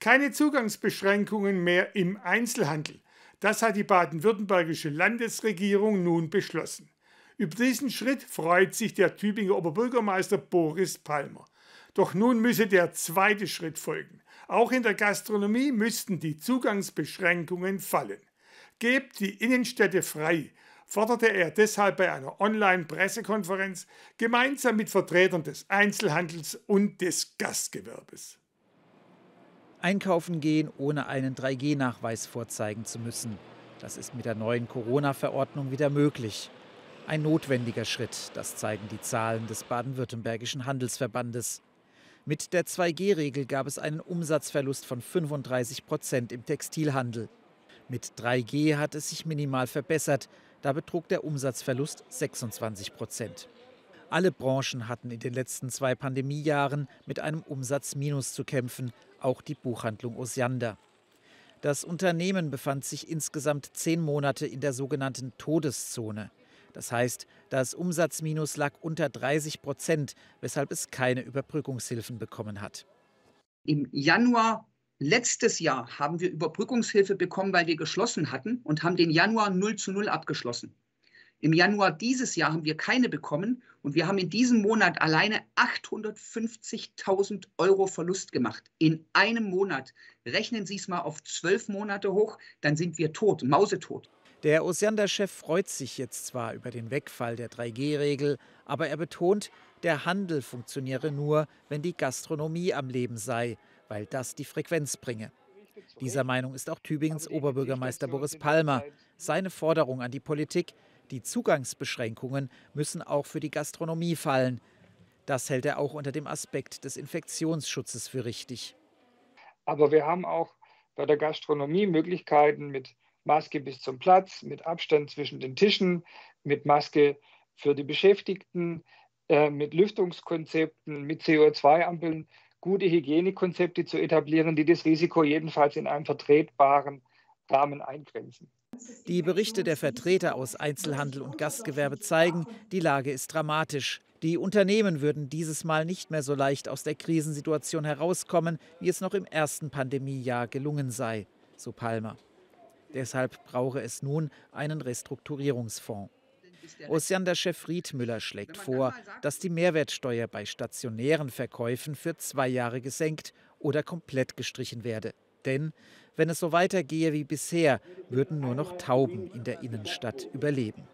Keine Zugangsbeschränkungen mehr im Einzelhandel. Das hat die baden-württembergische Landesregierung nun beschlossen. Über diesen Schritt freut sich der Tübinger Oberbürgermeister Boris Palmer. Doch nun müsse der zweite Schritt folgen. Auch in der Gastronomie müssten die Zugangsbeschränkungen fallen. Gebt die Innenstädte frei, forderte er deshalb bei einer Online-Pressekonferenz gemeinsam mit Vertretern des Einzelhandels und des Gastgewerbes. Einkaufen gehen, ohne einen 3G-Nachweis vorzeigen zu müssen. Das ist mit der neuen Corona-Verordnung wieder möglich. Ein notwendiger Schritt, das zeigen die Zahlen des baden-württembergischen Handelsverbandes. Mit der 2G-Regel gab es einen Umsatzverlust von 35% im Textilhandel. Mit 3G hat es sich minimal verbessert, da betrug der Umsatzverlust 26%. Alle Branchen hatten in den letzten 2 Pandemiejahren mit einem Umsatzminus zu kämpfen, auch die Buchhandlung Osiander. Das Unternehmen befand sich insgesamt 10 Monate in der sogenannten Todeszone. Das heißt, das Umsatzminus lag unter 30%, weshalb es keine Überbrückungshilfen bekommen hat. Im Januar letztes Jahr haben wir Überbrückungshilfe bekommen, weil wir geschlossen hatten und haben den Januar 0:0 abgeschlossen. Im Januar dieses Jahr haben wir keine bekommen und wir haben in diesem Monat alleine 850.000 € Verlust gemacht. In einem Monat. Rechnen Sie es mal auf 12 Monate hoch, dann sind wir tot, mausetot. Der Osiander-Chef freut sich jetzt zwar über den Wegfall der 3G-Regel, aber er betont, der Handel funktioniere nur, wenn die Gastronomie am Leben sei, weil das die Frequenz bringe. Dieser Meinung ist auch Tübingens Oberbürgermeister Boris Palmer. Seine Forderung an die Politik: Die Zugangsbeschränkungen müssen auch für die Gastronomie fallen. Das hält er auch unter dem Aspekt des Infektionsschutzes für richtig. Aber wir haben auch bei der Gastronomie Möglichkeiten mit Maske bis zum Platz, mit Abstand zwischen den Tischen, mit Maske für die Beschäftigten, mit Lüftungskonzepten, mit CO2-Ampeln, gute Hygienekonzepte zu etablieren, die das Risiko jedenfalls in einem vertretbaren Rahmen eingrenzen. Die Berichte der Vertreter aus Einzelhandel und Gastgewerbe zeigen, die Lage ist dramatisch. Die Unternehmen würden dieses Mal nicht mehr so leicht aus der Krisensituation herauskommen, wie es noch im ersten Pandemiejahr gelungen sei, so Palmer. Deshalb brauche es nun einen Restrukturierungsfonds. Osiander-Chef Riedmüller schlägt vor, dass die Mehrwertsteuer bei stationären Verkäufen für 2 Jahre gesenkt oder komplett gestrichen werde. Denn wenn es so weitergehe wie bisher, würden nur noch Tauben in der Innenstadt überleben.